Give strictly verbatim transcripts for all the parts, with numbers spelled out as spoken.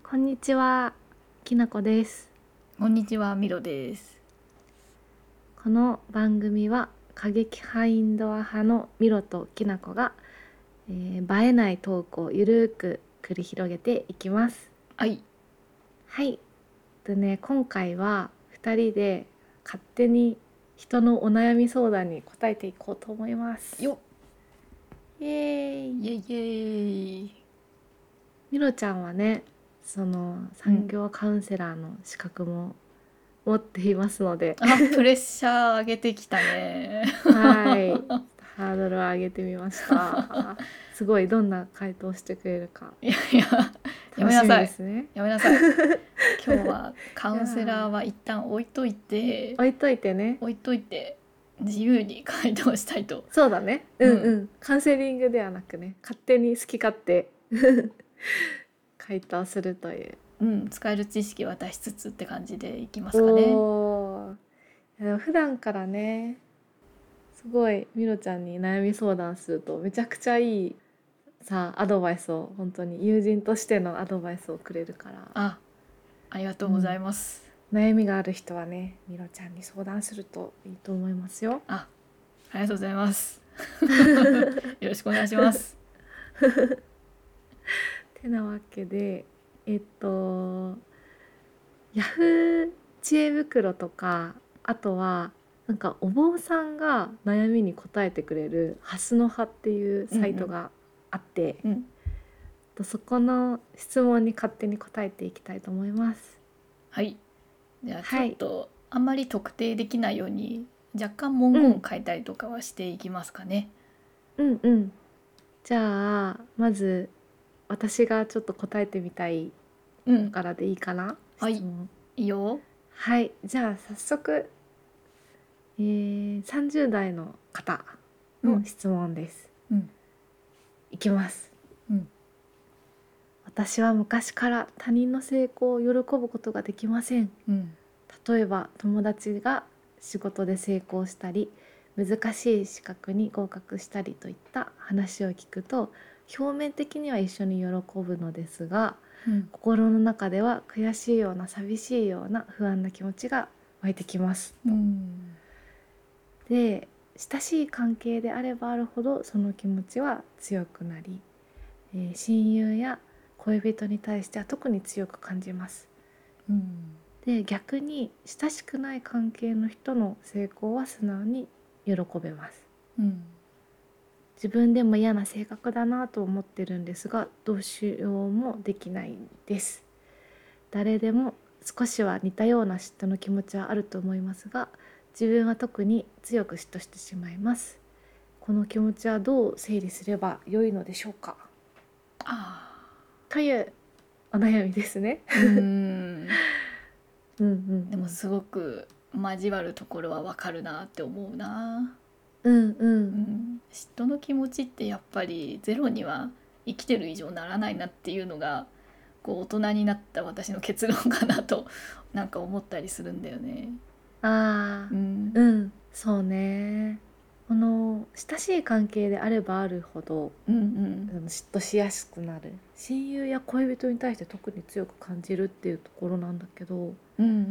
こんにちは、きなこです。 こんにちは、ミロです。 この番組は過激派インドア派のミロときなこが、えー映えないトークをゆるーく繰り広げていきます。 はい。 はい。でね、今回はふたりで勝手に人のお悩み相談に答えていこうと思います。 よっ、 イエーイ。 イエイイエイ。 ミロちゃんはね、その産業カウンセラーの資格も持っていますので、 あ、プレッシャー上げてきたね。 はい、ハードルを上げてみました。すごいどんな回答してくれるかいやいや、や楽しみめなさい。 ですね。 やめなさい。今日はカいやウンセラーーは一旦置いといて、 置いといてね。 置いといて自由に回答したいと。 そうだね。ううんんうん。カウンセリングではなくね、勝手に好き勝手回答するという。 うん、使える知識は出しつつって感じでいきますかね。 おー。いやでも普段からね、すごいミロちゃんに悩み相談するとめちゃくちゃいいさアドバイスを、本当に友人としてのアドバイスをくれるから。 あ、ありがとうございます。 悩みがある人はね、ミロちゃんに相談するといいと思いますよ。 あ、ありがとうございます。よろしくお願いします。 てなわけで、えっとヤフー知恵袋とか、あとはなんかお坊さんが悩みに答えてくれるハスの葉っていうサイトがあって、 うん。 とそこの質問に勝手に答えていきたいと思います。 はい。じゃあちょはい。 っとあんまり特定できないように若干文言書いたりとかはしていきますかね。 うんうん。じゃあまず私がちょっと答えてみたいうん。 からでいいかな、 はい。 質問。 いいよ。 はい、じゃあ早速、えー、さんじゅう代の方の質問です。 うん。 いきます。 うん。 私は昔から他人の成功を喜ぶことができません。 うん。 例えば友達が仕事で成功したり、難しい資格に合格したりといった話を聞くと、表面的には一緒に喜ぶのですが、 うん。 心の中では悔しいような寂しいような不安な気持ちが湧いてきます。 うん。 で、親しい関係であればあるほどその気持ちは強くなり、えー親友や恋人に対しては特に強く感じます。 うん。 で、逆に親しくない関係の人の成功は素直に喜べます。 うん。 自分でも嫌な性格だなと思ってるんですが、どうしようもできないです。誰でも少しは似たような嫉妬の気持ちはあると思いますが、自分は特に強く嫉妬してしまいます。この気持ちはどう整理すれば良いのでしょうか、 あというお悩みですね。 あ。うん。 うんうんでもすごく交わるところはわかるなって思うな。 うんううんん。嫉妬の気持ちってやっぱりゼロには生きてる以上ならないなっていうのがこう大人になった私の結論かなとなんか思ったりするんだよね。 ああ、 うん。 うんそうね。この親しい関係であればあるほどうんうん。 嫉妬しやすくなる、親友や恋人に対して特に強く感じるっていうところなんだけど、 うんうんうん。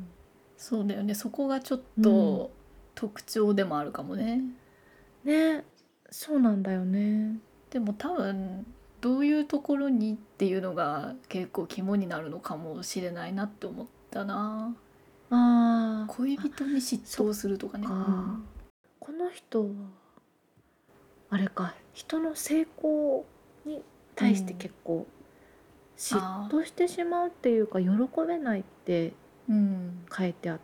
そうだよね。そこがちょっうんと特徴でもあるかもね。 ね、そうなんだよね。 でも多分どういうところにっていうのが結構肝になるのかもしれないなって思ったな。 あーあ、 恋人に嫉そっ妬するとかね。うか、 ん。 この人はあれか、人の成功に対してうん。 結構嫉ああ。 妬してしまうっていうか、喜べないってうん。 書いてあって、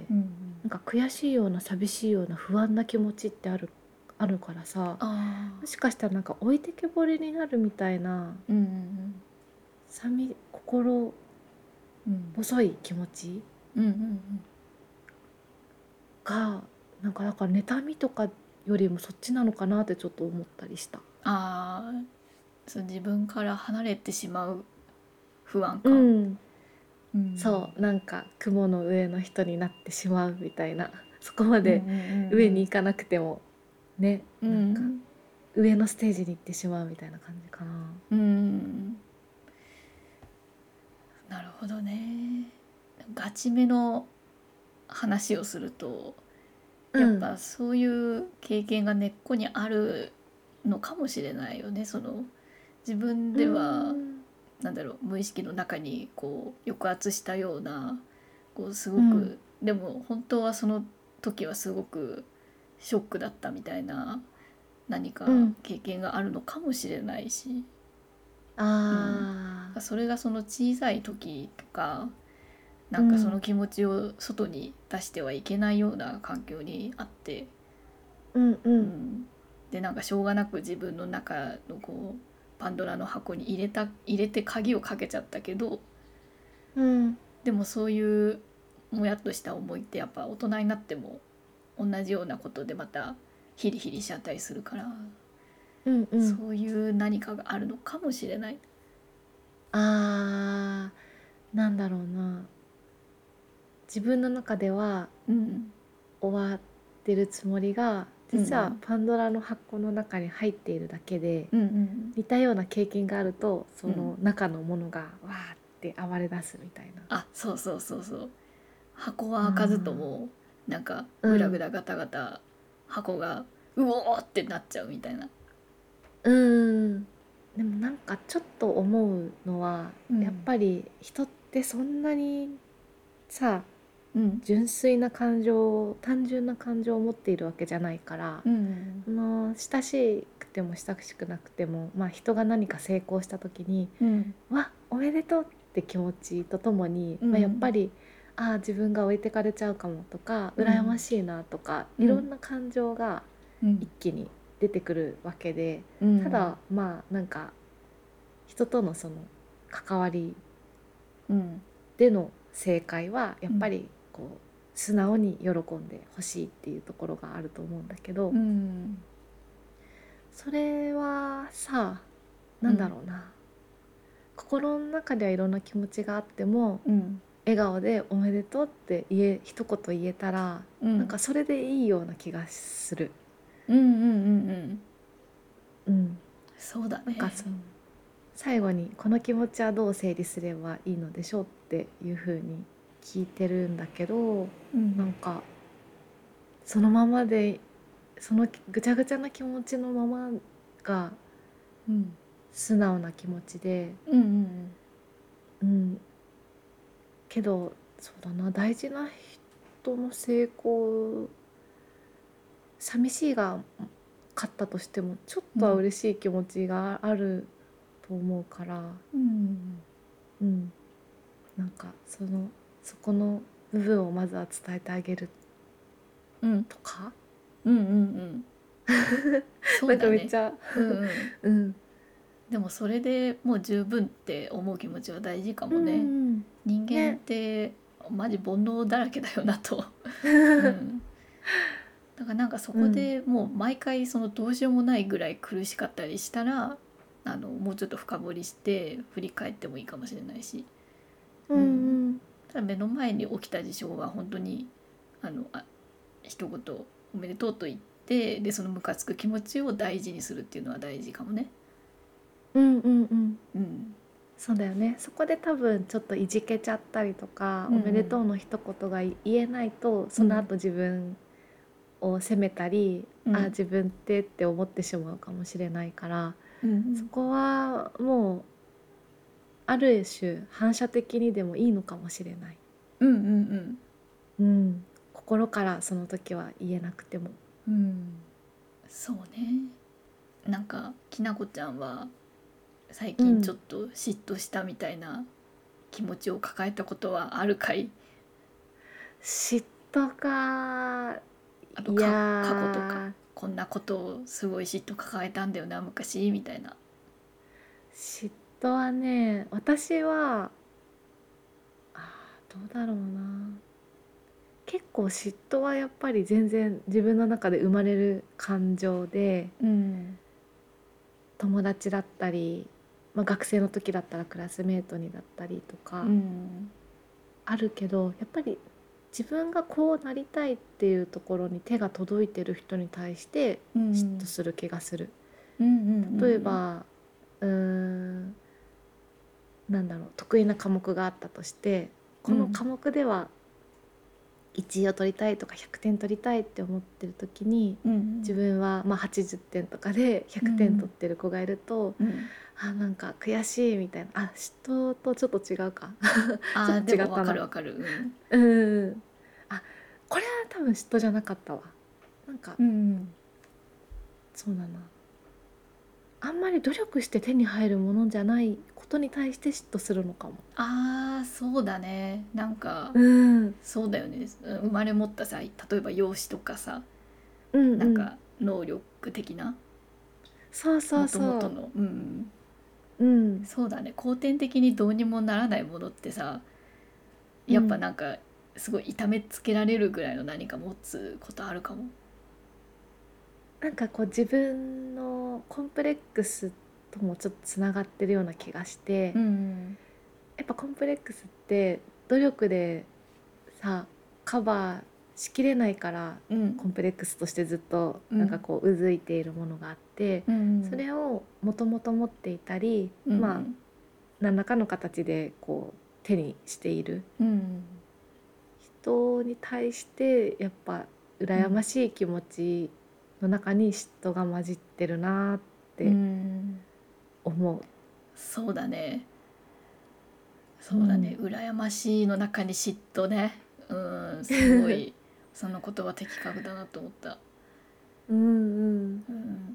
うんうん。 なんか悔しいような寂しいような不安な気持ちってあるあるからさ、 ああ。 もしかしたらなんか置いてけぼりになるみたいな、 うんうん寂心うん。 細い気持ちうんうんうんが、なんかだから妬みとかよりもそっちなのかなってちょっと思ったりした。 ああ、そう自分から離れてしまう不安感。 うん、 うん。 そう、なんか雲の上の人になってしまうみたいな、そこまうんうで上にん行かなくてもね、 うんうなんかん。 上のステージに行ってしまうみたいな感じかな。 うん。 なるほどね。ガチめの話をするとやっうんぱそういう経験が根っこにあるのかもしれないよね。その自分うではんなんだろう無意識の中にこう抑圧したようなこうすうんごくでも本当はその時はすごくショックだったみたいな何かうん経験があるのかもしれないし、うん、 ああそれがその小さい時とかなんかそのうん気持ちを外に出してはいけないような環境にあって、 うんうんうん、でなんかしょうがなく自分の中のこうパンドラの箱に入れた入れて鍵をかけちゃったけど、 うんでもそういうもやっとした思いってやっぱ大人になっても同じようなことでまたヒリヒリしちゃったりするから、 うんうんそういう何かがあるのかもしれない。 あーなんだろうな、自分の中ではうん終わってるつもりがうんう実はんパンドラの箱の中に入っているだけで、 うんうん似たような経験があるとそうん、 の中のものがわーって暴れ出すみたいな。 あ、そうそうそうそう。箱は開かずとあもなんかーうんグラグラガタガタ箱がうおーってなっちゃうみたいな。 うんでもなんかちょっと思うのは、やっうんぱり人ってそんなにさうん純粋な感情単純な感情を持っているわけじゃないから、 うんその親しくても親しくなくても、まあ、人が何か成功した時にうん 「わおめでとう」って気持ちとともに、 うんまあ、やっぱりああ自分が置いてかれちゃうかもとかうん羨ましいなとか、いろんうんな感情がうん一気に出てくるわけで、 うんただまあなんか人とのその関わりうんでの正解はやっうんぱりこう素直に喜んでほしいっていうところがあると思うんだけど、 うんそれはさなんだうんろうな、心の中ではいろんな気持ちがあってもうん笑顔で「おめでとう」って言え一言言えたら、なんうんかそれでいいような気がする。 うんうんうんうん、 そうだなんかそね。 の最後に「この気持ちはどう整理すればいいのでしょう」っていう風に聞いてるんだけど、 うんなんかそのままでそのぐちゃぐちゃな気持ちのままがうん素直な気持ちで、 うんうんうん、けどそうだな、大事な人の成功寂しいが勝ったとしてもちょっとはうん嬉しい気持ちがあると思うから、 うんうん、なんかそのそこの部分をまずは伝えてあげるうんとかうんうんうんなんかそうだね。 めっちゃうんうんうんでもそれでもう十分って思う気持ちは大事かうもね。 ん人間っねてマジ煩悩だらけだよなと。うん、だからなんかそこうんでもう毎回そのどうしようもないぐらい苦しかったりしたらあのもうちょっと深掘りして振り返ってもいいかもしれないし、 ううん、 んただ目の前に起きた事象は本当にあのあ一言「おめでとう」と言ってでそのムカつく気持ちを大事にするっていうのは大事かもね。 うんうんうんうんそうだよね。そこで多分ちょっといじけちゃったりとか、 うんうおめでとんうの一言が言えないと、 うんその後自分を責めたり、あ、 うん自分ってって思ってしまうかもしれないから、 うんそこはもうある種反射的にでもいいのかもしれない。 うんうんうん、心からその時は言えなくても。 うんうんそうね。なんかきなこちゃんは最近ちょっうん、 と嫉妬したみたいな気持ちを抱えたことはあるかい？ 嫉妬か。いあとか過去とかやこんなことをすごい嫉妬抱えたんだよな昔みたいな。 ー、嫉妬はね、私は、あーどうだろうな。結構嫉妬はやっぱり全然自分の中で生まれる感情で、 うん友達だったり、まあ、学生の時だったらクラスメートにだったりとうかんあるけど、やっぱり自分がこうなりたいっていうところに手が届いてる人に対してうん嫉妬する気がする。 うんうん例えばうーんなんだろう得意な科目があったとして、この科目ではいちいを取りたいとかひゃくてん取りたいって思ってる時に、 うん、 自分はまあはちじゅってんとかでひゃくてん取ってる子がいると、 うん、 あなんか悔しいみたいな、あ嫉妬とちょっと違うかちょっあーでもわと違ったな。 かるわかる。 うんあこれは多分嫉妬じゃなかったわ。なんか、 うん、うん、 そうだな、あんまり努力して手に入るものじゃないことに対して嫉妬するのかも。 ああそうだね。なんかうんそうだよね。生まれ持ったさ、例えば容姿とかさ、 うんうんなんか能力的なそうそもうそともとの、うん、 ううんそうだね。後天的にどうにもならないものってさ、やっぱうんなんかすごい痛めつけられるぐらいの何か持つことあるかも。 なんかこう自分のコンプレックスともちょっとつながってるような気がして、 うん、 やっぱコンプレックスって努力でさカバーしきれないから、 うん、 コンプレックスとしてずっとうん、 なんかこううずいているものがあって、 うん、 それをもともと持っていたり、 うん、 まあ何らかの形でこう手にしているうん、 人に対してやっぱ羨ましい気持ちの中に嫉妬が混じってるなっうてん、 思う。 そうだね。そうだね。 うん、 羨ましいの中に嫉妬ね。うん、すごいその言葉的確だなと思った。 うんうんうん、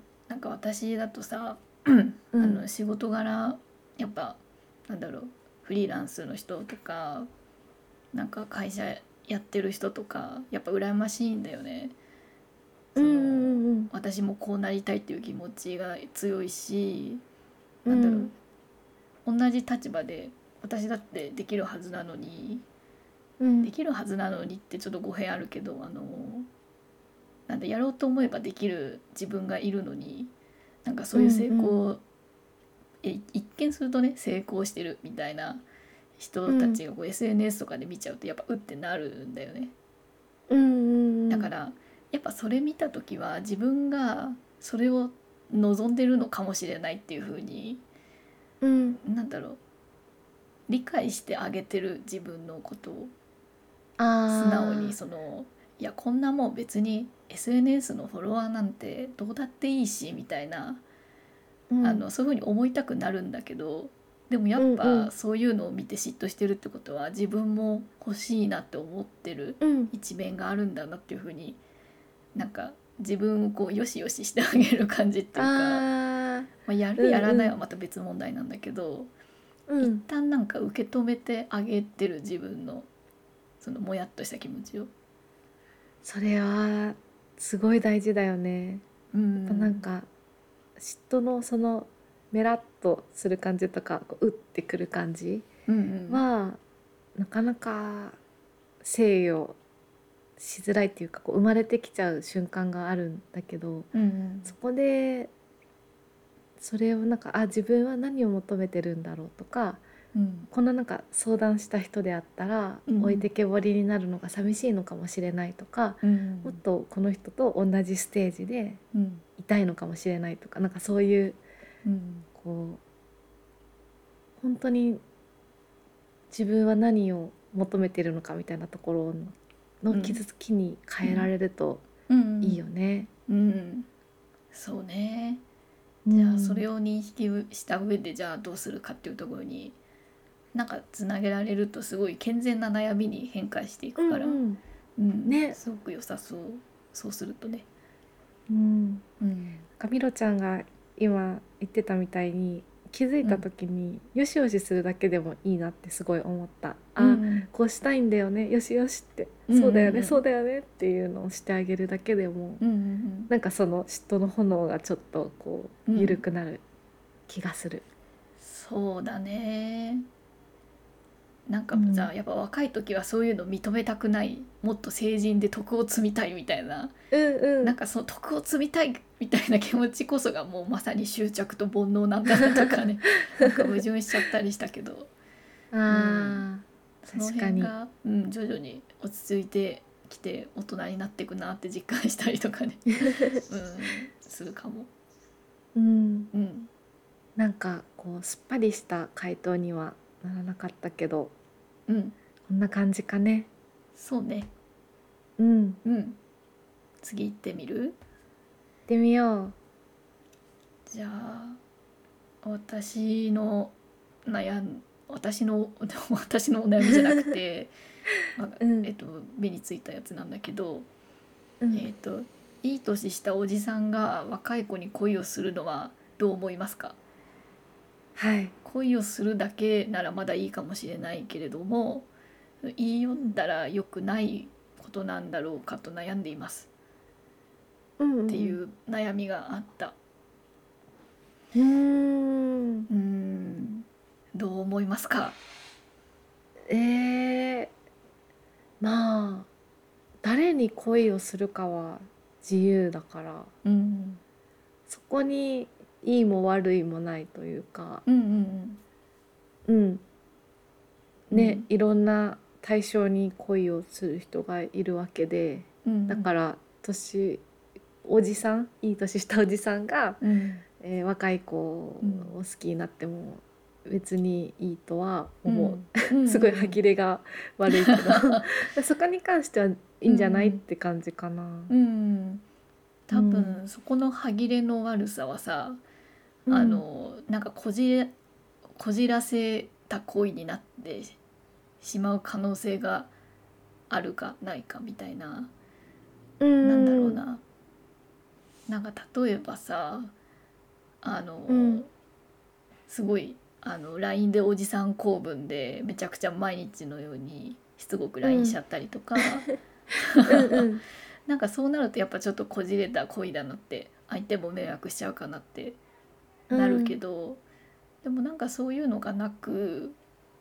なんか私だとさあうんの仕事柄やっぱなんだろう、フリーランスの人とかなんか会社やってる人とかやっぱ羨ましいんだよね。 うんうそのん私もこうなりたいっていう気持ちが強いし、なんだろうんう、同じ立場で私だってできるはずなのに、 うんできるはずなのにってちょっと語弊あるけど、あのなんだ、やろうと思えばできる自分がいるのに、なんかそういう成功、え一見するとね成功してるみたいな人たちがこう エスエヌエス とかで見ちゃうとやっぱうってなるんだよね。 うんうんだからやっぱそれ見た時は自分がそれを望んでるのかもしれないっていう風に、 うんなんだろう、理解してあげてる自分のことを素直に、 あそのいやこんなもん別に エスエヌエス のフォロワーなんてどうだっていいしみたいな、 ーうんあのそういう風に思いたくなるんだけど、でもやうっんうんぱそういうのを見て嫉妬してるってことは自分も欲しいなって思ってるうん一面があるんだなっていう風に、なんか自分をこうよしよししてあげる感じっていうか、 あまあ、やーうるやらないはんまた別問題なんだけど、一うんうん旦なんか受け止めてあげてる自分のそのもやっとした気持ちを。 それはすごい大事だよね。 うやっぱなんん、 か嫉妬のそのメラッとする感じとかこう打ってくる感じうん、うん、 はなかなか制御しづらいっていうか、こう生まれてきちゃう瞬間があるんだけど、 うん、 そこでそれをなんかあ自分は何を求めてるんだろうとか、 うん、 こんななんか相談した人であったらうん、 置いてけぼりになるのが寂しいのかもしれないとか、 うん、 もっとこの人と同じステージでうん、 いたいのかもしれないとか、なんかそういううん、 こう本当に自分は何を求めてるのかみたいなところのの気づきに変えられるとうん、 いいよね。 うん、そうね。 うじゃあそれん、 を認識した上でじゃあどうするかっていうところになんかつなげられるとすごい健全な悩みに変化していくうんから、 うんうん、 ね、 すごく良さそう。そうするとね。 うん、 うん、 かみろちゃんが今言ってたみたいに気づいた時によしよしするだけでもいいなってすごい思った。 うん、 あ、 うん、 こうしたいんだよね、よしよしって、 うん、 そうだよね、 うん、 そうだよねっていうのをしてあげるだけでも、 うん、うん、 なんかその嫉妬の炎がちょっとこううん、 緩くなる気がする。 そうだね。なんかうんさ、やっぱ若い時はそういうの認めたくない、もっと成人で徳を積みたいみたいな、 うんうんなんかその徳を積みたいみたいな気持ちこそがもうまさに執着と煩悩なんだなとかねなんか矛盾しちゃったりしたけど、うん、 あそのー確かに。 辺が、うん、徐々に落ち着いてきて大人になっていくなって実感したりとかね、うん、するかも。 うん、 うん、 なんかこうすっぱりした回答にはならなかったけど、 うんこんな感じかね。 そうね。 うんうん次行ってみる？ 行ってみよう。 じゃあ私の悩ん私の私のお悩みじゃなくて、まあうんえっと目についたやつなんだけど、 うんえっといい年したおじさんが若い子に恋をするのはどう思いますか？ はい。 恋をするだけならまだいいかもしれないけれども、言い寄ったら良くないことなんだろうかと悩んでいますうんうんっていう悩みがあった。 うん。うーん。 うーんどう思いますか？ えー、まあ誰に恋をするかは自由だから、 うんそこにいいも悪いもないというか、 うんうんうんね、 うんいろんな対象に恋をする人がいるわけで、 うんだから年おじさんいい年したおじさんが、 うんえー若い子を好きになっても別にいいとは思う。 うんうんすごい歯切れが悪いけどそこに関してはいいんじゃないって感じかな。 うん、多うん分そこの歯切れの悪さはさ、あうんのなんかこじれこじらせた恋になってしまう可能性があるかないかみたいな、 うなんだろうんな、なんか例えばさ、あのうんすごいあの ライン でおじさん構文でめちゃくちゃ毎日のようにしつこくうライン しちんゃったりとか、 うんうんなんかそうなるとやっぱちょっとこじれた恋だなって相手も迷惑しちゃうかなってなるけど、でもなんかそういうのがなく、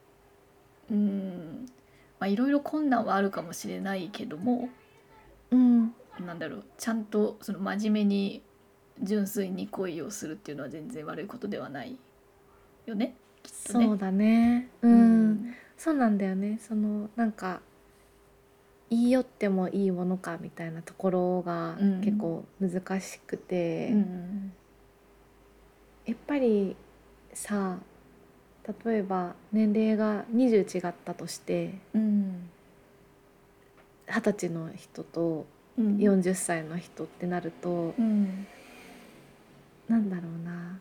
うんまあいろいろ困難はあるかもしれないけども、 うんなんだろう、ちゃんとその真面目に純粋に恋をするっていうのは全然悪いことではないよね、きっとね。 そうだね。ううんんそうなんだよね。そのなんか言い寄ってもいいものかみたいなところがうん結構難しくて、 うんやっぱりさ、例えば年齢がにじゅう違ったとしてうんはたちの人とうんよんじゅっさいの人ってなると、 うんなんだろうな、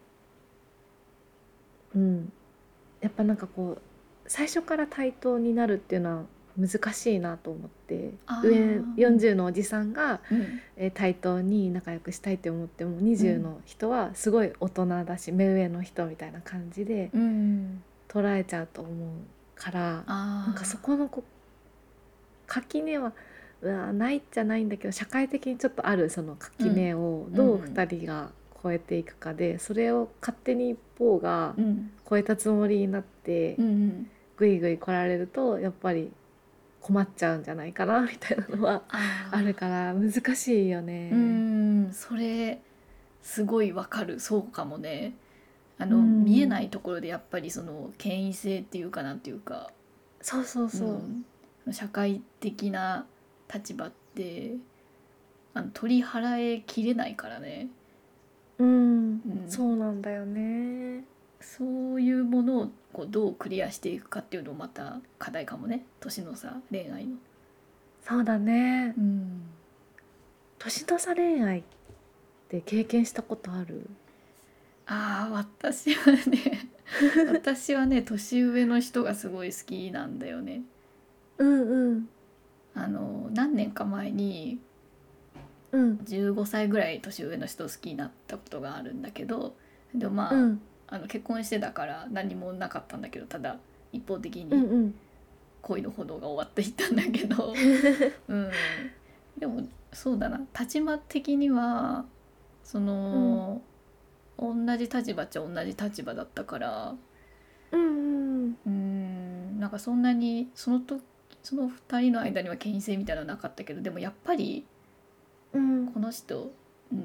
うんやっぱなんかこう最初から対等になるっていうのは難しいなと思って、 あ上ーよんじゅうのおじさんが、 うんえー対等に仲良くしたいって思ってもにじゅうの人はすごい大人だし目上の人みたいな感じでうん捉えちゃうと思うから、 あーなんかそこのこ垣根はうわないじゃないんだけど、社会的にちょっとあるその垣根をどうふたりが越えていくかで、それを勝手に一方がうん越えたつもりになってうんうんぐいぐい来られるとやっぱり困っちゃうんじゃないかなみたいなのはああるから難しいよーうね。 んそれすごいわかる、そうかもね。あうの見えなんいところでやっぱりその権威性っていうかなんていうか、 そうそうそう、 うん、社会的な立場ってあの取り払いきれないからね、 うんうん、 そうなんだよね。 そういうものをこうどうクリアしていくかっていうのもまた課題かもね、年の差恋愛の。 そうだね。 うん年の差恋愛って経験したことある？ ああ私はね私はね年上の人がすごい好きなんだよね。 うんうんあの何年か前にうんじゅうごさいぐらい年上の人を好きになったことがあるんだけど、でもまあ、 うんあの結婚してたから何もなかったんだけど、ただ一方的にうんうん恋の炎が終わっていったんだけど、うん、でもそうだな、立場的にはその、同じ立場っちゃ同じ立場だったから、 うんうんうんなんかそんなにその時そのふたりの間には権威性みたいなのはなかったけど、でもやっぱりうんこの人、うん、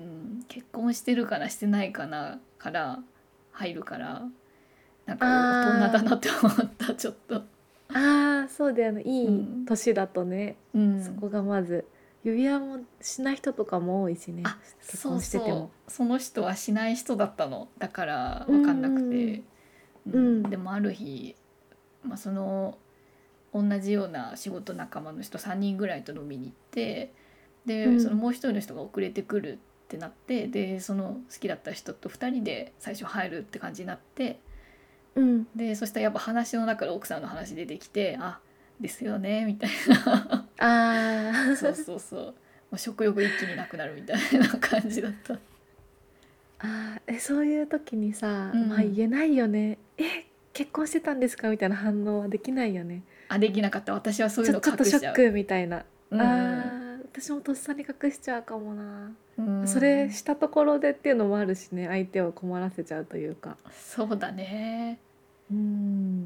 結婚してるかなしてないかなから入るから、なんか大人だなって思ったちょっと。 ああそうだよね、いいうん年だとね、 うん、 そこがまず指輪もしない人とかも多いしね、 あ結そう婚してても。 そうその人はしない人だったのだから分かんなくて、 うんうんでもある日まあ、その同じような仕事仲間の人さんにんぐらいと飲みに行って、で、 うん、 そのもう一人の人が遅れてくるってなって、でその好きだった人とふたりで最初入るって感じになって、 うん、 でそしたらやっぱ話の中で奥さんの話出てきて、あですよねみたいな。 あそうーそうそう、もう食欲一気になくなるみたいな感じだった。 あーえそういう時にさ、まあうん、 言えないよね。え結婚してたんですかみたいな反応はできないよね。 あできなかった。私はそういうのちょちょっと隠しちゃう。 ショックみたいな。 うんあうんー私もとっさに隠しちゃうかもな。 うそれん、 したところでっていうのもあるしね、相手を困らせちゃうというか。 そうだね。 うん。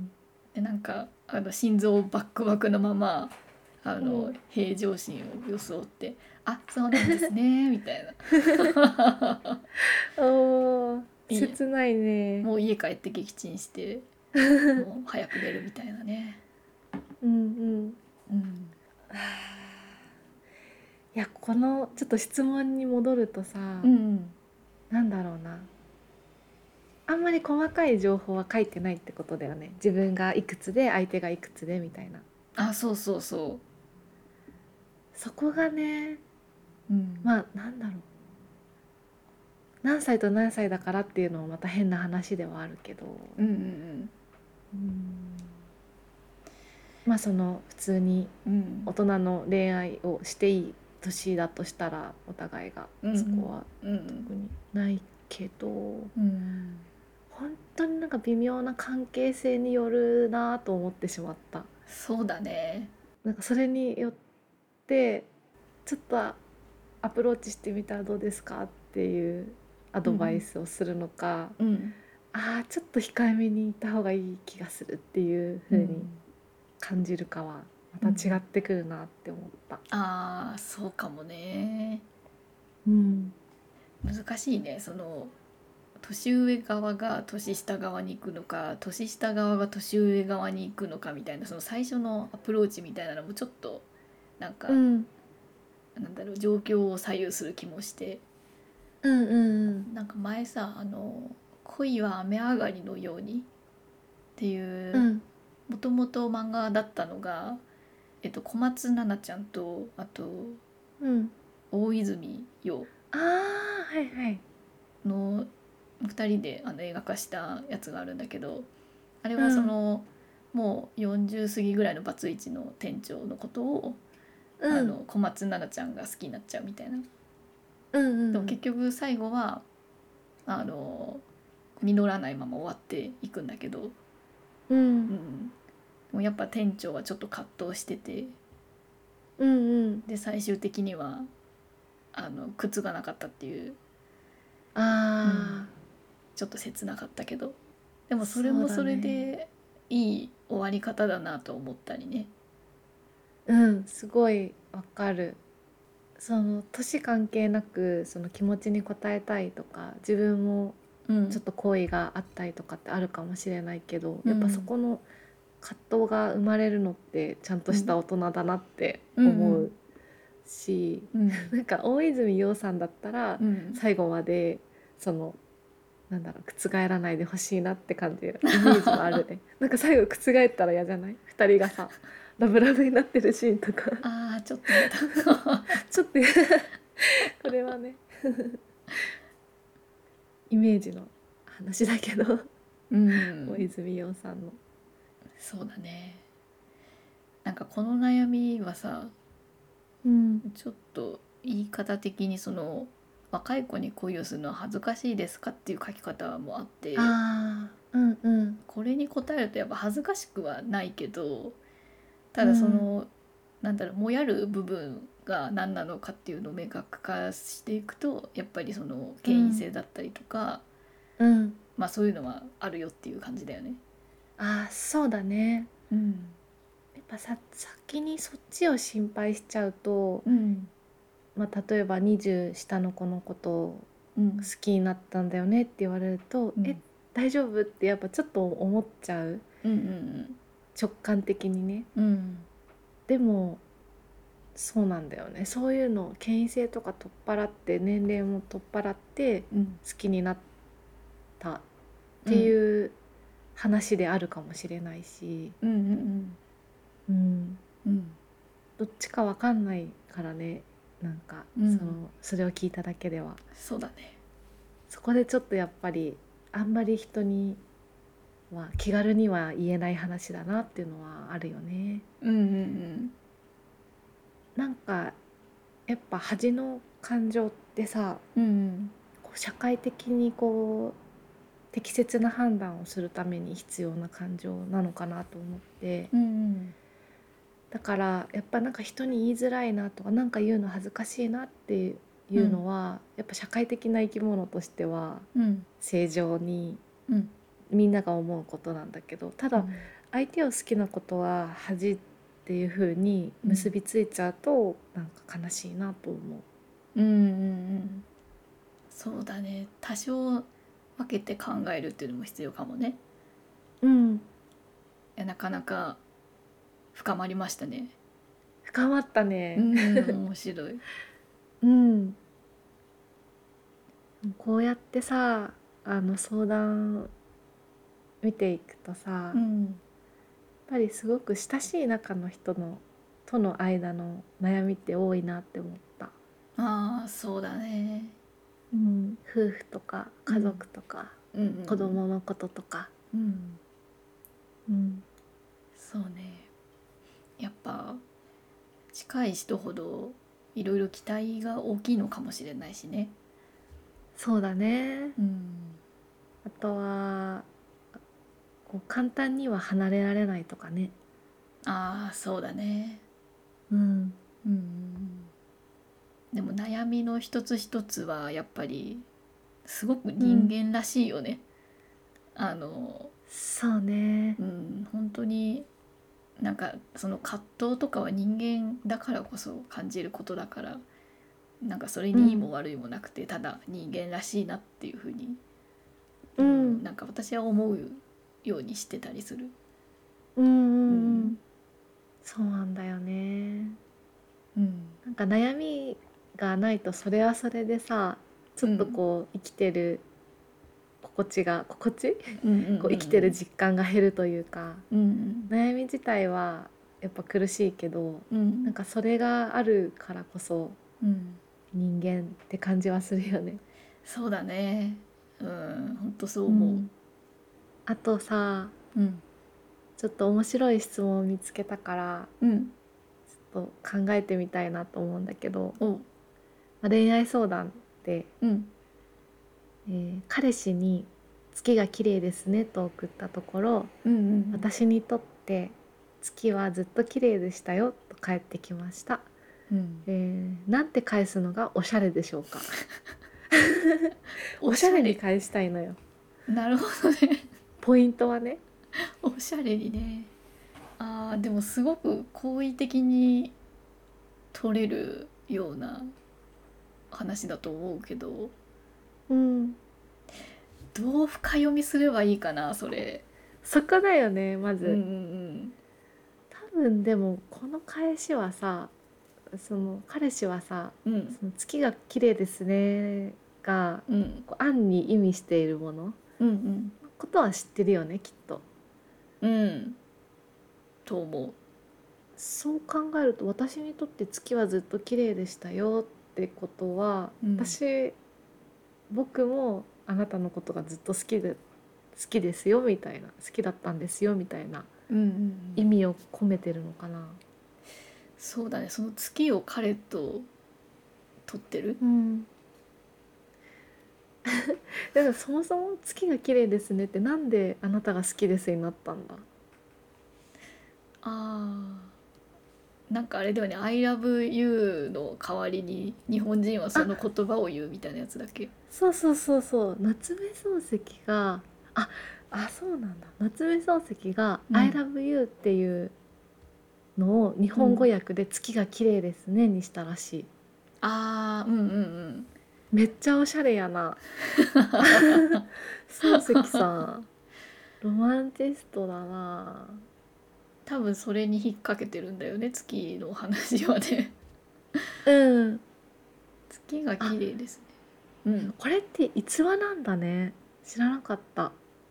でなんかあの心臓バックバクのままあのうん。 平常心を装って「あそうなんですね」みたいな。 おー、 いい切ないね。 もう家帰って撃沈してもう早く寝るみたいなね。 うんうん。 うん、 いや、このちょっと質問に戻るとさ、 うんなんだろうな。あんまり細かい情報は書いてないってことだよね。自分がいくつで相手がいくつでみたいな。 あそうそうそそこがね、 う、うん、 まあなんだろう。何歳と何歳だからっていうのもまた変な話ではあるけど、 うんうんうん、まあその普通にうんうん大人の恋愛をしていい年だとしたらお互いがうんそこはうんうん特にないけど、 うん本当になんか微妙な関係性によるなと思ってしまった。 そうだね。 なんかそれによってちょっとアプローチしてみたらどうですかっていうアドバイうんスをするのか、 うんうんあーちょっと控えめにいた方がいい気がするっていう風にうん感じるかはまた違っうん、 てくるなって思った。 ああそうかもね。 うん、 難しいね。その年上側が年下側に行くのか、年下側が年上側に行くのかみたいな、その最初のアプローチみたいなのもちょっとなんか、 うん、 なんだろう、状況を左右する気もして。 うんうんなんか前さ、あの「恋は雨上がりのように」っていううんもともと漫画だったのが、えっと、小松菜奈ちゃんとあとうん大泉洋ああはいはいのふたりであの映画化したやつがあるんだけど、あれはそうんのもうよんじゅう過ぎぐらいのバツイチの店長のことをあうんの小松菜奈ちゃんが好きになっちゃうみたいな。 うんでもうん結局最後はあの実らないまま終わっていくんだけど、 うんうん、でもやっぱ店長はちょっと葛藤してて、 うんうんで最終的にはあの靴がなかったっていう、うん、 ああちょっと切なかったけど、でもそれそうもそれだね。 でいい終わり方だなと思ったりね。 うんすごいわかる。その年関係なくその気持ちに応えたいとか自分もうんちょっと好意があったりとかってあるかもしれないけど、やっぱそうんこの葛藤が生まれるのってちゃんとうんした大人だなってうんうん思うし、 うんなんか大泉洋さんだったらうん最後までそのなんだろう覆らないでほしいなって感じるイメージはあるね。なんか最後覆ったら嫌じゃない？二人がさラブラブになってるシーンとかあーちょっとやだ。 ちょっとこれはねイメージの話だけど大うん泉洋さんの。 そうだね。なんかこの悩みはさ、 うんちょっと言い方的にその若い子に恋をするのは恥ずかしいですかっていう書き方もあって、 あーうんうんこれに答えるとやっぱ恥ずかしくはないけど、ただそうんのなんだろう、もやる部分が何なのかっていうのを明確化していくと、やっぱりその権威性だったりとか、 うんまあそういうのはあるよっていう感じだよね。 あーそうだね。 うんやっぱさ先にそっちを心配しちゃうと、 うんまあ、例えばにじゅう下の子のことをうん好きになったんだよねって言われると、 うんえ大丈夫ってやっぱちょっと思っちゃう、 うんうん直感的にね。 うんでもそうなんだよね。そういうの権威性とか取っ払って年齢も取っ払ってうん好きになったっうんていう話であるかもしれないし、 うんうんうん、 うんどっちかわかんないからね。なんかうんそのそれを聞いただけでは、 そうだね。 そこでちょっとやっぱりあんまり人には気軽には言えない話だなっていうのはあるよね。 うんうんなんかやっぱ恥の感情ってさ、 うんうんこう社会的にこう適切な判断をするために必要な感情なのかなと思って、 うんうんだからやっぱなんか人に言いづらいなとか、なんか言うの恥ずかしいなっていうのは、やっぱ社会的な生き物としてはうん正常にうんみんなが思うことなんだけど、ただうん相手を好きなことは恥っていう風に結びついちゃうとなんか悲しいなと思うんうんうんそうだね。多少分けて考えるっていうのも必要かもね。 う。うん、 いやなかなか深まりましたね。 深まったうね。 ん面白い。 うん。こうやってさ、あの相談見ていくとさ、やっうんぱりすごく親しい仲の人のとの間の悩みって多いなって思った。 ああそうだね。 うん、夫婦とか家うん族とか、 うんうん子供のこととか。 うんうん、 そうね。やっぱ近い人ほどいろいろ期待が大きいのかもしれないしね。 そうだね。 うんあとはこう簡単には離れられないとかね。 ああそうだね。 うん、 うんでも悩みの一つ一つはやっぱりすごくうん、 人間らしいよね。あのそうね。 うん本当になんかその葛藤とかは人間だからこそ感じることだから、なんかそれにいいもうん、 悪いもなくてただ人間らしいなっていうふうに、 うん、 うん、なんか私は思うようにしてたりする。 うん、うん、 ううん。 んそうなんだよね。 うんなんか悩みがないとそれはそれでさ、ちょっとうんこう生きてる心地が心地うんうんうんこう生きてる実感が減るというか、 うんうん悩み自体はやっぱ苦しいけど、 うんなんかそれがあるからこそうん人間って感じはするよね。 そうだね。うん本当そう思う。 うん、あとさ、 うんちょっと面白い質問を見つけたからうんちょっと考えてみたいなと思うんだけど、 おまあ恋愛相談で、 うんえー彼氏に「月が綺麗ですね」と送ったところ、 うんうん私にとって月はずっと綺麗でしたよと返ってきました。 うんうんえーなんて返すのがおしゃれでしょうか。おしゃれにおしゃれ。 返したいのよ。 なるほどね。 ポイントはね。 おしゃれにね。あーでもすごく好意的に取れるような話だと思うけど、 うん、 どう深読みすればいいかなそれ。 そこだよねまうんうず。 ん多分でもこの返しはさ、その彼氏はさ、 うんうんその月が綺麗ですねがうんこう暗に意味しているもののうんことは知ってるよねきっと。 うんうんと思そう考えると私にとって月はずっと綺麗でしたよってことは、 う。うん私僕もあなたのことがずっと好きで好きですよみたいな、好きだったんですよみたいなうんうんうん意味を込めてるのかな。 そうだね。その月を彼と取ってる。 うん。だからそもそも月が綺麗ですねってなんであなたが好きですになったんだ。 あーなんかあれだよね。「I love you」の代わりに日本人はそのあ、 言葉を言うみたいなやつだっけ。 そうそうそうそう、夏目漱石が、あ、あ、そうなんだ。夏目漱石がうん 「I love you」っていうのを日本語うん訳で「月が綺麗ですね」にしたらしい。 あーうんうんうんめっちゃおしゃれやな。漱石さんロマンチストだな。 多分それに引っ掛けてるんだよね月の話はね。 うん。 月があ、 綺麗ですね。うんこれって逸話なんだね。知らなかった。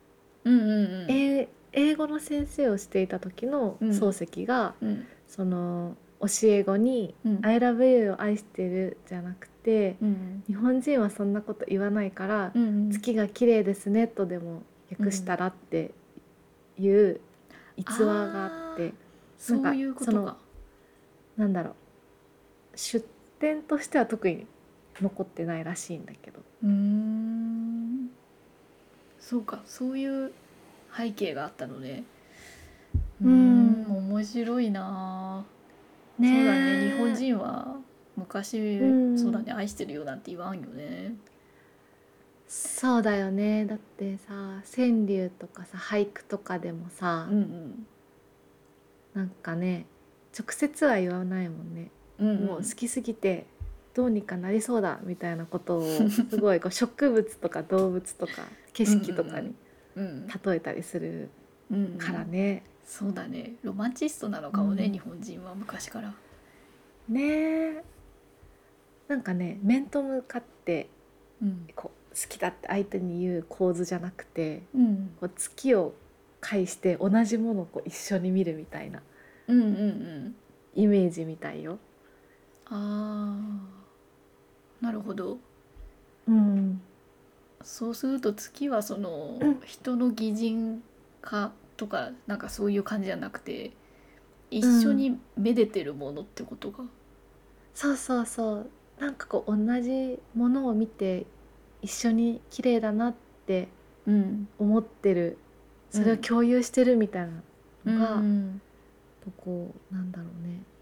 うんうんうんえ英語の先生をしていた時のうん漱石が、 うんその教え子にうん 「I love you」を愛してるじゃなくて、 うん日本人はそんなこと言わないからうんうん月が綺麗ですねとでも訳したらっていう逸話があっあーて、なんかそういうこそのとか。 なんだろう、出典としては特に残ってないらしいんだけど。 うーんそうか、そういう背景があったのね。うーん面白いな。 ねそうだね、日本え、 人はう昔そうだん、 ね、愛してるよなんて言わんよね。 そうだよね。だってさ、川柳とかさ、俳句とかでもさ、 うんうんなんかね、直接は言わないもんね。 うんうもう好んきすぎてどうにかなりそうだみたいなことをすごいこう植物とか動物とか景うん色とかにうん例えたりするうんうんからね。 そうだね、ロマンチストなのかもね、 うん、 日本人は昔から。 ねえ、なんかね、面と向かってうんこう好きだって相手に言う構図じゃなくて、 うんこう月を介して同じものをこう一緒に見るみたいなうんうんうんイメージみたいよ。 あーなるほど。 うんそうすると月はその人の擬人化とかなんかそういう感じじゃなくて、一緒にめでてるものってことが。 そうそうそう、なんかこう同じものを見て一緒に綺麗だなってうん思ってる、それをうん共有してるみたいなうのが、 んこうなんだろうね、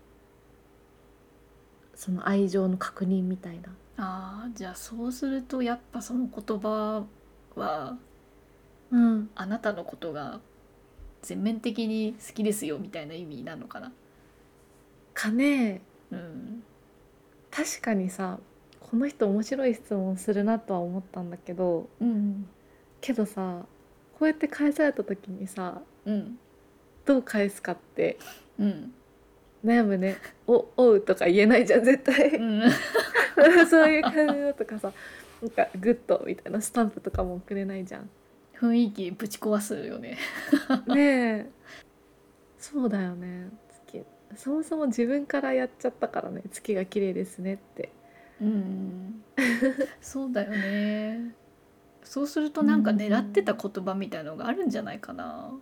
その愛情の確認みたいな。 あーじゃあそうするとやっぱその言葉はうんあなたのことが全面的に好きですよみたいな意味なのかな。 かね。 うん確かにさ、この人面白い質問するなとは思ったんだけど、 うんけどさ、こうやって返された時にさ、 うんどう返すかってうん悩むね。お、おうとか言えないじゃん絶対。 うんそういう感じのとかさ、なんかグッドみたいなスタンプとかも送れないじゃん。 雰囲気ぶち壊すよね。 ねえ、そうだよね。月、そもそも自分からやっちゃったからね。月が綺麗ですねって。 うんそうだよね。そうするとうなんか狙ってたん、 言葉みたいのがあるんじゃないかな。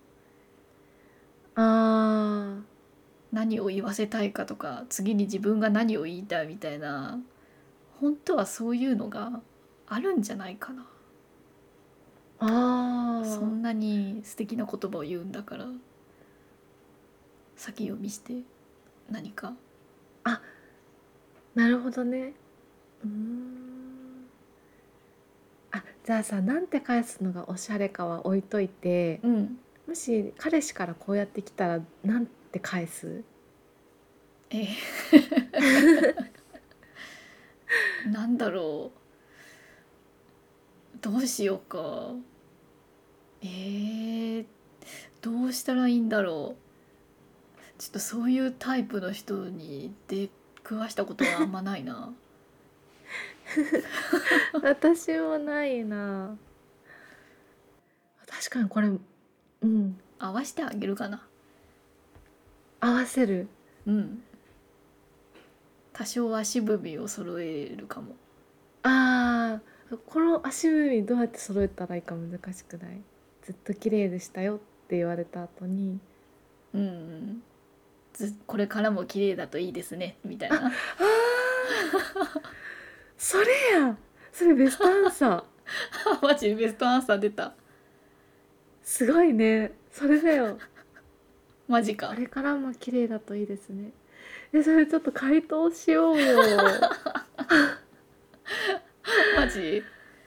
あ何を言わせたいかとか次に自分が何を言いたいみたいな、本当はそういうのがあるんじゃないかな。 ーあー、 そんなに素敵な言葉を言うんだから先読みして何か。 あ、なるほどね。うーん、あ、じゃあさ、なんて返すのがおしゃれかは置いといて、 うんもし彼氏からこうやってきたらなんて返す？ えなんだろう、どうしようか。えー、どうしたらいいんだろう。ちょっとそういうタイプの人に出くわしたことはあんまないな。 私もないな。確かにこれ、うん、 合わせてあげるかな。 合わせる。 うん多少足踏みを揃えるかも。 ああ、この足踏みどうやって揃えたらいいか難しくない？ずっと綺麗でしたよって言われた後に、 うんうんずこれからも綺麗だといいですねみたいあ、 な。 あー、それや、それベストアンサー。 マジベストアンサー出た。 すごいね、それだよ。 マジか。 これからも綺麗だといいですね。え、それちょっと回答しようよ。 マジ。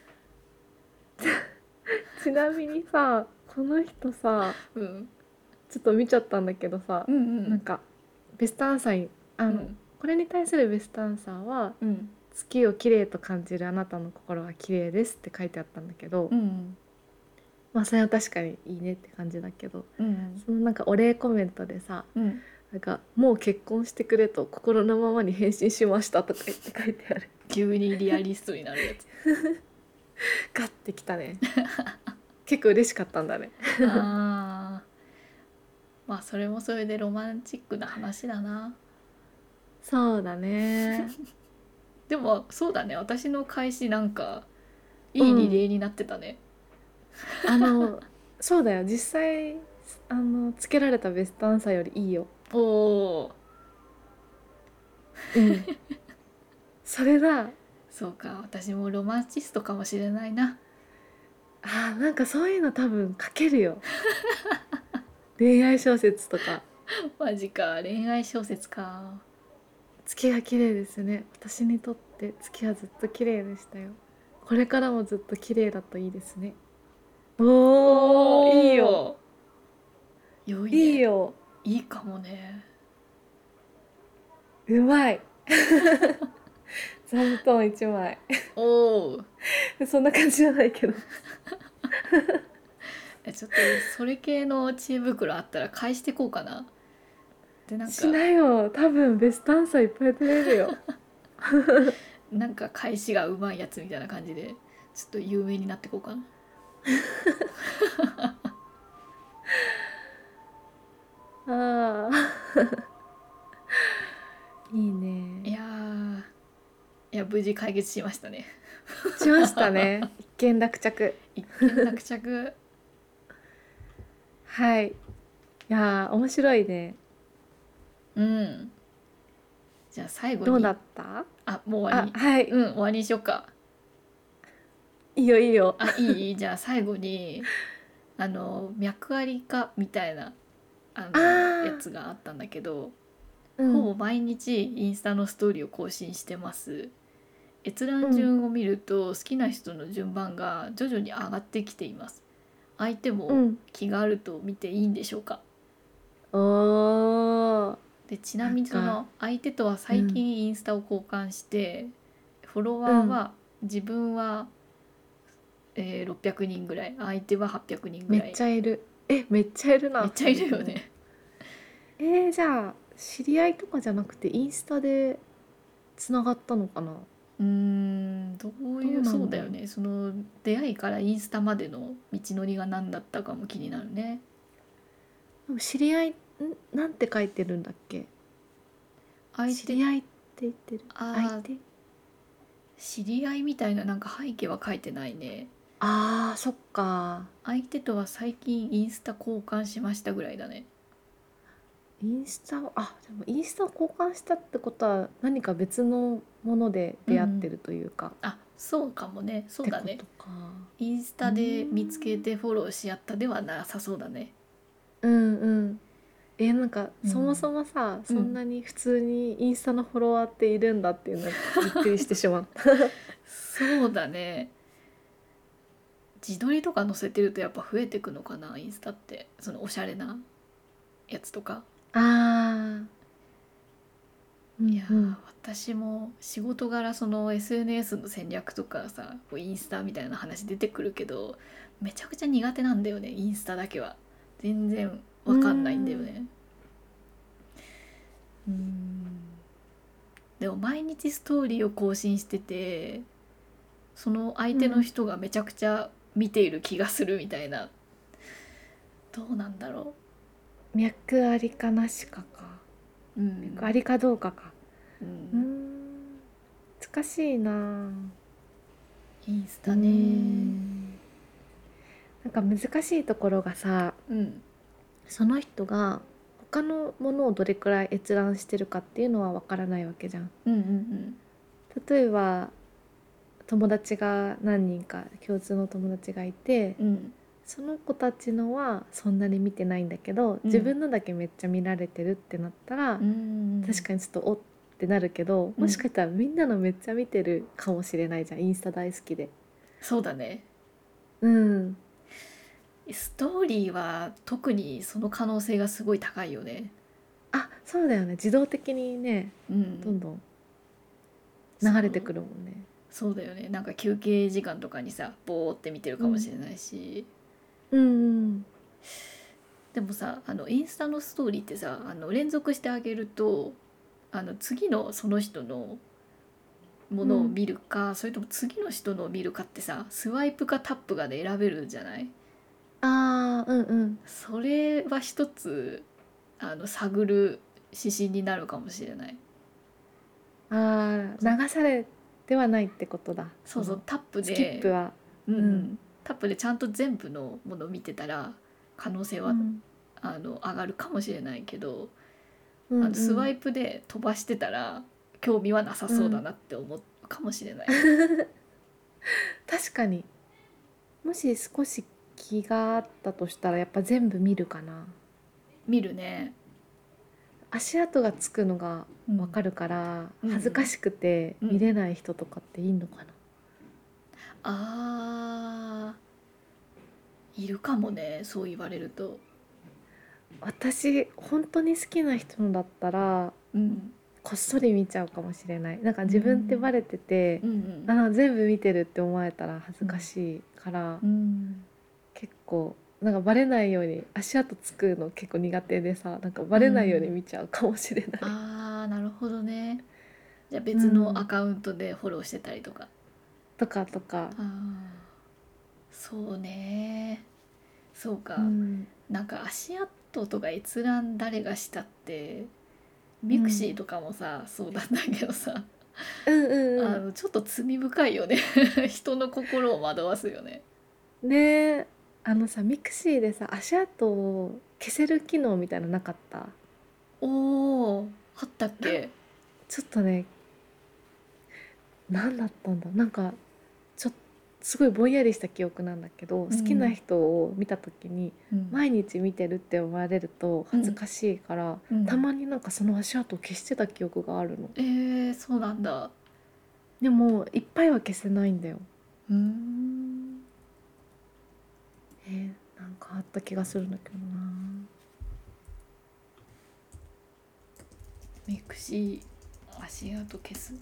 ちなみにさ、この人さ、 うんちょっと見ちゃったんだけどさ、 うんうんなんかベストアンサーに、あの、 うんこれに対するベストアンサーはうん月を綺麗と感じるあなたの心は綺麗ですって書いてあったんだけど、 うんまあそれは確かにいいねって感じだけど、 うんそのなんかお礼コメントでさ、 うんなんかもう結婚してくれと心のままに返信しましたとか言って書いてある。 急にリアリストになるやつ。 ガッてきたね。 結構嬉しかったんだね。 あーまあそれもそれでロマンチックな話だな。 そうだね。 でもそうだね、私の開始なんかういいリレん。 ーになってたね。 あのそうだよ、実際あのつけられたベストアンサーよりいいよ。 おお、 うん。それだ。 そうか、私もロマンチストかもしれないな。 あーなんかそういうの多分書けるよ。恋愛小説とか。 マジか、恋愛小説か。 月が綺麗ですね。私にとって月はずっと綺麗でしたよ。これからもずっと綺麗だといいですね。おー、いいよ。 おお、良いね。 いいよ。 いいかもね。 うまい。座布団一枚。 おお、 そんな感じじゃないけど。 えちょっとそれ系の知恵袋あったら返してこうかな。でなんしかなよ。多分ベストアンサーいっぱい取れるよ。 なんか返しがうまいやつみたいな感じでちょっと有名になってこうかな。 ああ。いいいね。 やー、いや無事解決しましたね。 しましたね。一件落着。 一件落着。 はい。いやー、面白いね。 うん。じゃあ最後どうだに、 った？ あもう終わあ、 り。 はい。 うん、終わりにしよっか。 いいよ、いいよ。 あいい、じゃあ最後にあの脈ありかみたいなああのやあ、 つがあったんだけど、 うん、 ほぼ毎日インスタのストーリーを更新してます。閲覧うん、 順を見ると好きな人の順番が徐々に上がってきています。相手もうん。 気があると見ていいんでしょうか。 おー、 でちななんみにそか、 の相手とは最うん、 近インスタを交換して、フォロうん。 ワーは自分は、えーろっぴゃくにんぐらい、相手ははっぴゃくにんぐめっらい。 ちゃいる。え、めっちゃいるな、 めっちゃい二人とも。 るよね。 えー、じゃあ、知り合いとかじゃなくて、インスタでつながったのかな？ うーん、どうどいう、 うなんだろう。 そうだよね、その出会いからインスタまでの道のりが何だったかも気になるね。 でも知り合い、んなんて書いてるんだっけ？ 相手、 知り合いって言ってる。相あー手。 知り合いみたいななんか背景は書いてないね。 あー、そっか。 相手とは最近インスタ交換しましたぐらいだね。 インスタを、あ、でもインスタを交換したってことは何か別のものでうんうん。 出会ってるというか、 あ、そうかもね。そってうだね。 ことか。 インスうータで見つけん。 てフォローし合ったではなさそうだね。 うんうん。え、なんかうん。 そもそもさ、 うん。 そんなに普通にインスタのフォロワーっているんだっていうのがびっくりしてしまった。 そうだね。自撮りとか載せてるとやっぱ増えてくのかな、インスタって。そのおしゃれなやつとか。 ああ、ういやー、 んうん。 私も仕事柄その エスエヌエス の戦略とかさ、こうインスタみたいな話出てくるけど、めちゃくちゃ苦手なんだよね、インスタだけは。全然うーわかんないんだよん。 ね。うーん。でも毎日ストーリーを更新してて、その相手のうん。 人がめちゃくちゃ見ている気がするみたいな。どうなんだろ脈ありかなしかか。 う。うん。 脈ありかどうかか。うーうん。 ん。難しいな。うーインスタね。 ん。なんか難しいところがさ、 うん。 その人が他のものをどれくらい閲覧してるかっていうのはわからないわけじゃん。 うんうん例えば友達が何人か共通の友達がいて、 うん。うんその子たちのはそんなに見てないんだけど、自うん。 分のだけめっちゃ見られてるってなったら、 うん。 確かにちょっとおってなるけど、 うん。 もしかしたらみんなのめっちゃ見てるかもしれないじゃん、インスタ大好きで。 そうだね。 うん。 ストーリーは特にその可能性がすごい高いよね。 あ、そうだよね、自動的にね、 うん。 どんどんそう。 流れてくるもんね。 そうだよね。なんか休憩時間とかにさ、ボーって見てるかもしうんれないし。 うんうんでもさ、あのインスタのストーリーってさ、あの連続してあげると、あの次のその人のものをうん見るか、それとも次の人のを見るかってさ、スワイプかタップかで選べるじゃない。 あーうんうん。 それは一つあの探る指針になるかもしれない。 あー流されてはないってことだ。 そうそう、 そのタップスキップで、 は。 うんううん。 ん、タップでちゃんと全部のものを見てたら可能性はうんあの上がるかもしれないけど、 うんあのスワイうんプで飛ばしてたら興味はなさうん。 そうだなって思うかもしれない。 確かに。もし少し気があったとしたらやっぱ全部見るかな。 見るね。 足跡がつくのがうんわかるからうん恥ずかしくてうんうん。 見れない人とかっていいのかな。 あー、いるかもね、そう言われると。 私本当に好きな人のだったらうんこっそり見ちゃうかもしれない。なんかう自分ってんバレてて、 うんうんあ全部見てるって思われたら恥ずかうんしいから、 うん。 結構なんかバレないように足跡つくの結構苦手でさ、なんかバうレないようにん。 見ちゃうかもしれない。 あー、なるほどね。じゃあう別のアん、 カウントでフォローしてたりとか。 とかとか。 ああ、そうね。そうか。 うん、 なんか足跡とか閲覧誰がしたって、ミクシうん、 ーとかもさそうなんだけどさ、 うんうんうあのちょっと罪深いよね。人の心を惑わすよね。 ん。ね、あのさミクシーでさ足跡を消せる機能みたいなのなかった？ おー、あったっなんけ？ ちょっとね、何だったんだ、なんかちょっとすごいぼんやりした記憶なんだけど、好きなうん人を見た時にうん毎日見てるって思われるとうん恥ずかしいから、たうん。 まになんかその足跡を消してた記憶があるの。 えー、そうなんだ。 でもいっぱいは消せないんだよ。 うーん。 えー、なんかあった気がするんだけどな。 ミクシー足跡消す。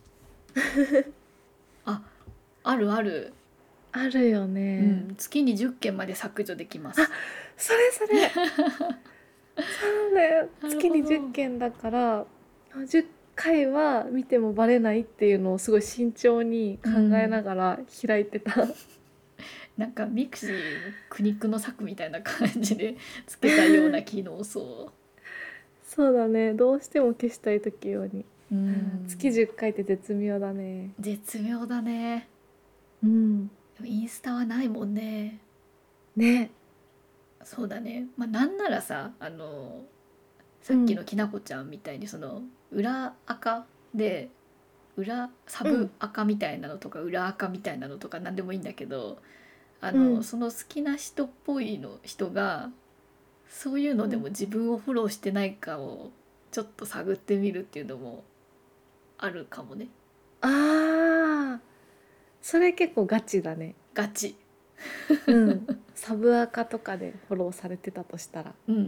あ、あるある。 あるようね。 ん、月にじゅっけんまで削除できまあ、 す。 それそれ、そうだよ。 なる月に10 ほど。 件だからじゅっかいは見てもバレないっていうのをすごい慎重にう考えなん。 がら開いてた。 なんかミクシーの苦肉の策みたいな感じでつけたような機能。そそうだね、どうしても消したい時用に。 う。ううん、月ん。 じゅっかいって絶妙だね。 絶妙だね。 うん。 でもインスタはないもんね。 ね。 そうだね。まあなんならさ、あのさっきうんのきなこちゃんみたいにその裏垢で裏サブうん垢みたいなのとか裏垢みたいなのとか何でもいいんだけど、あうんのその好きな人っぽいの人がそういうのうん。 でも自分をフォローしてないかをちょっと探ってみるっていうのもあるかもね。 ああ、それ結構ガチだね。 ガチ。 うん。サブアカとかでフォローされてたとしたら。 うんうんうん。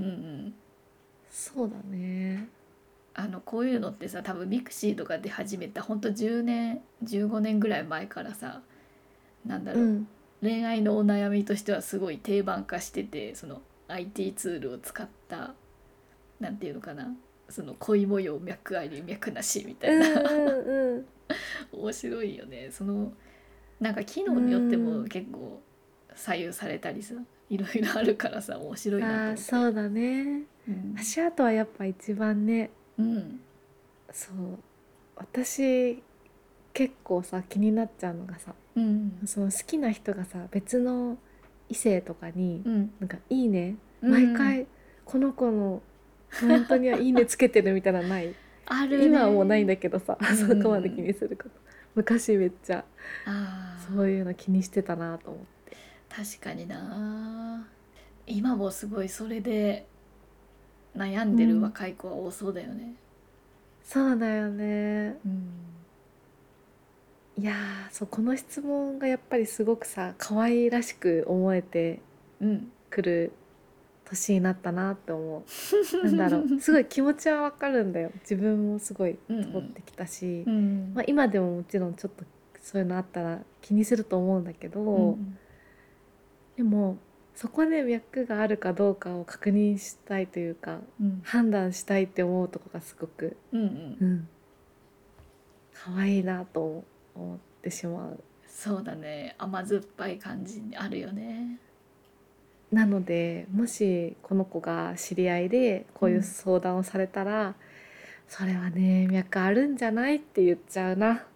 そうだね。 あのこういうのってさ、多分ミクシーとかで始めたほんとじゅうねんじゅうごねんぐらい前からさ、なんだろう、 うん。 恋愛のお悩みとしてはすごい定番化してて、その アイティー ツールを使ったなんていうのかな、その恋模様脈あり脈なしみたいな。 うんうん面白いよね。そのなんか機うん。 能によってもうん。 結構左右されたりさ、いろいろあるからさ面白いなとああ、 思って。 そうだね。 うん足跡はやっぱ一番ね。 うんそう。私結構さ気になっちゃうのがさ、 うんその好きな人がさ別の異性とかにうんなんか「いいね」 うん毎回この子のコメントには「いいね」つけてるみたいなのない？ ある今はもうないんね。 だけどさ、 うんうんうそこまで気ん。 にすること。昔めっちゃそうあいうの気にしてたなと思って。 ー、確かにな。今もすごいそれで悩んでるうん、 若い子は多そうだよね。 そうだよね。 うんいやー、そう、この質問がやっぱりすごくさ可愛らしく思えてうんくる年になったなって思う。なんだろう、すごい気持ちはわかるんだよ。自分もすごいうんうん通ってきたし、 うんまあ、今でももちろんちょっとそういうのあったら気にすると思うんだけど、 うんでもそこで脈があるかどうかを確認したいというかうん判断したいって思うとこがすごく、 うんうん。 うん、可愛いなと思ってしまう。 そうだね、甘酸っぱい感じあるよね。 なのでもしこの子が知り合いでこういう相談をされたら、それはね脈あるんじゃないって言っちゃうな。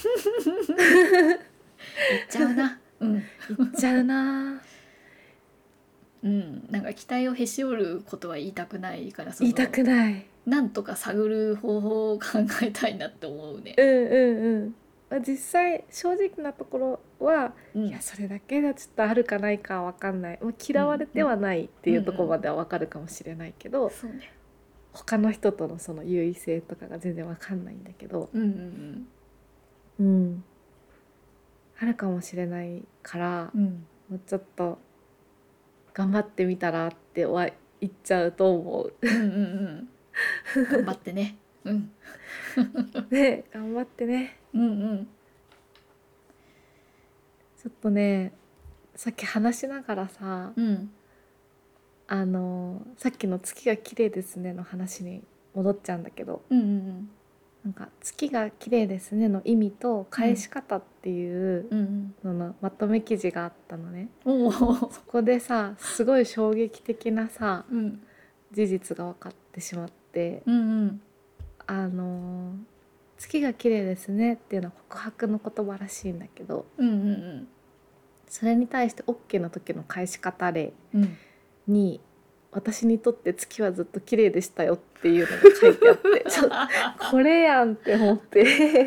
言っちゃうな。うん言っちゃうな。 うん、なんか期待をへし折ることは言いたくないから、その言いたくない。 なんとか探る方法を考えたいなって思うね。 うんうんうん。まあ実際正直なところは、 うんいやそれだけではちょっとあるかないかは分かんない、まあ、嫌われてはないっていうところまでは分かるかもしれないけど、 そうね。 他の人とのその優位性とかが全然分かんないんだけど、 うんうんうん、あるかもしれないから、 うんうんもうちょっと頑張ってみたらっては言っちゃうと思う。 うんうんうん頑張ってね。うんね、頑張ってね。 うんうんちょっとね、さっき話しながらさ、 うんあのさっきの月が綺麗ですねの話に戻っちゃうんだけど、 うんうんなんか月が綺麗ですねの意味と返し方っていううんののまとめ記事があったのね。 おおそこでさ、すごい衝撃的なさうん事実が分かってしまって、 うんうんあの月が綺麗ですねっていうのは告白の言葉らしいんだけど、 うんうんそれに対して OK の時の返し方例うんに私にとって月はずっと綺麗でしたよっていうのが書いてあってちょっとこれやんって思って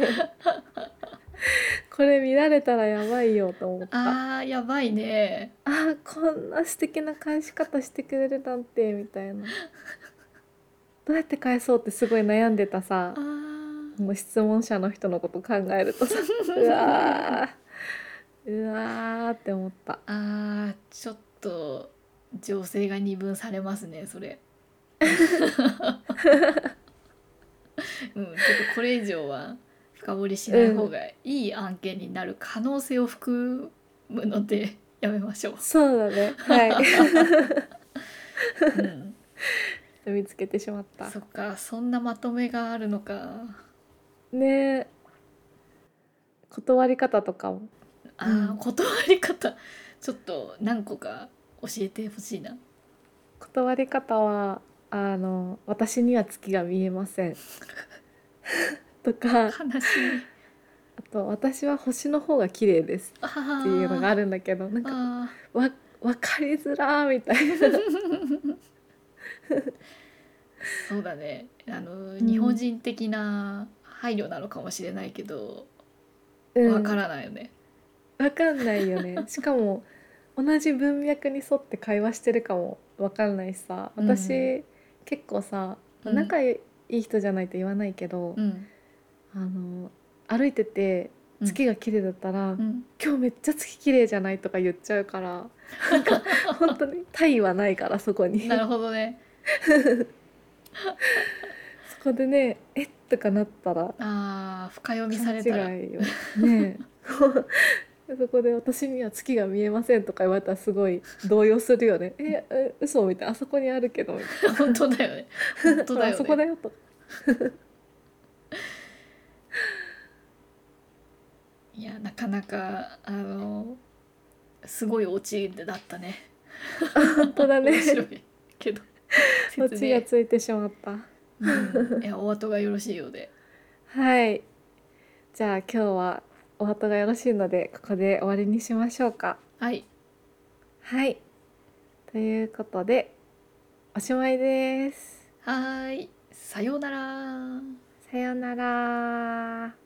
これ見られたらやばいよと思った。ああーやばいね。 ーこんな素敵な返し方してくれるなんてみたいな、どうやって返そうってすごい悩んでたさ、 あーもう質問者の人のこと考えるとさうわーうわーって思った。 あーちょっと情勢が二分されますねそれ。うん、ちょっとこれ以上は深掘りしない方がいい案件になる可能性を含むのでやめましょう。 そうだね、はいうん、 見つけてしまったそっか、そんなまとめがあるのか。 ね。断り方とかも、 あー、 うん断り方ちょっと何個か教えてほしいな。 断り方はあの私には月が見えませんとか、あ悲しい。 と私は星の方が綺麗ですあっていうのがあるんだけど、なんかあわ分かりづらーみたいなそうだね、あの、 ん日本人的な配慮なのかもしれないけどうんわからないよね。 分かんないよね。しかも同じ文脈に沿って会話してるかも分かんないしさ、私、 うん結構さうん仲いい人じゃないと言わないけど、 うんあの歩いててうん月が綺麗だったら、 うん今日めっちゃ月綺麗じゃないとか言っちゃうから、なんか本当に対はないからそこになるほどね。 そこでねえっとかなったらあー深読みさ勘れたら違いよねえそこで私には月が見えませんとか言われたらすごい動揺するよね。ええ嘘みたいな、あそこにあるけどみたいな本当だよね。本当だよね。 あそこだよと。 いやなかなかあのすごいオチだったね。 本当だね面白いけどオチがついてしまった。 うん、いやお後がよろしいようで。 はい、じゃあ今日はお後がよろしいのでここで終わりにしましょうか。 はいはい、ということでおしまいです。 はーい、さようなら。 さようなら。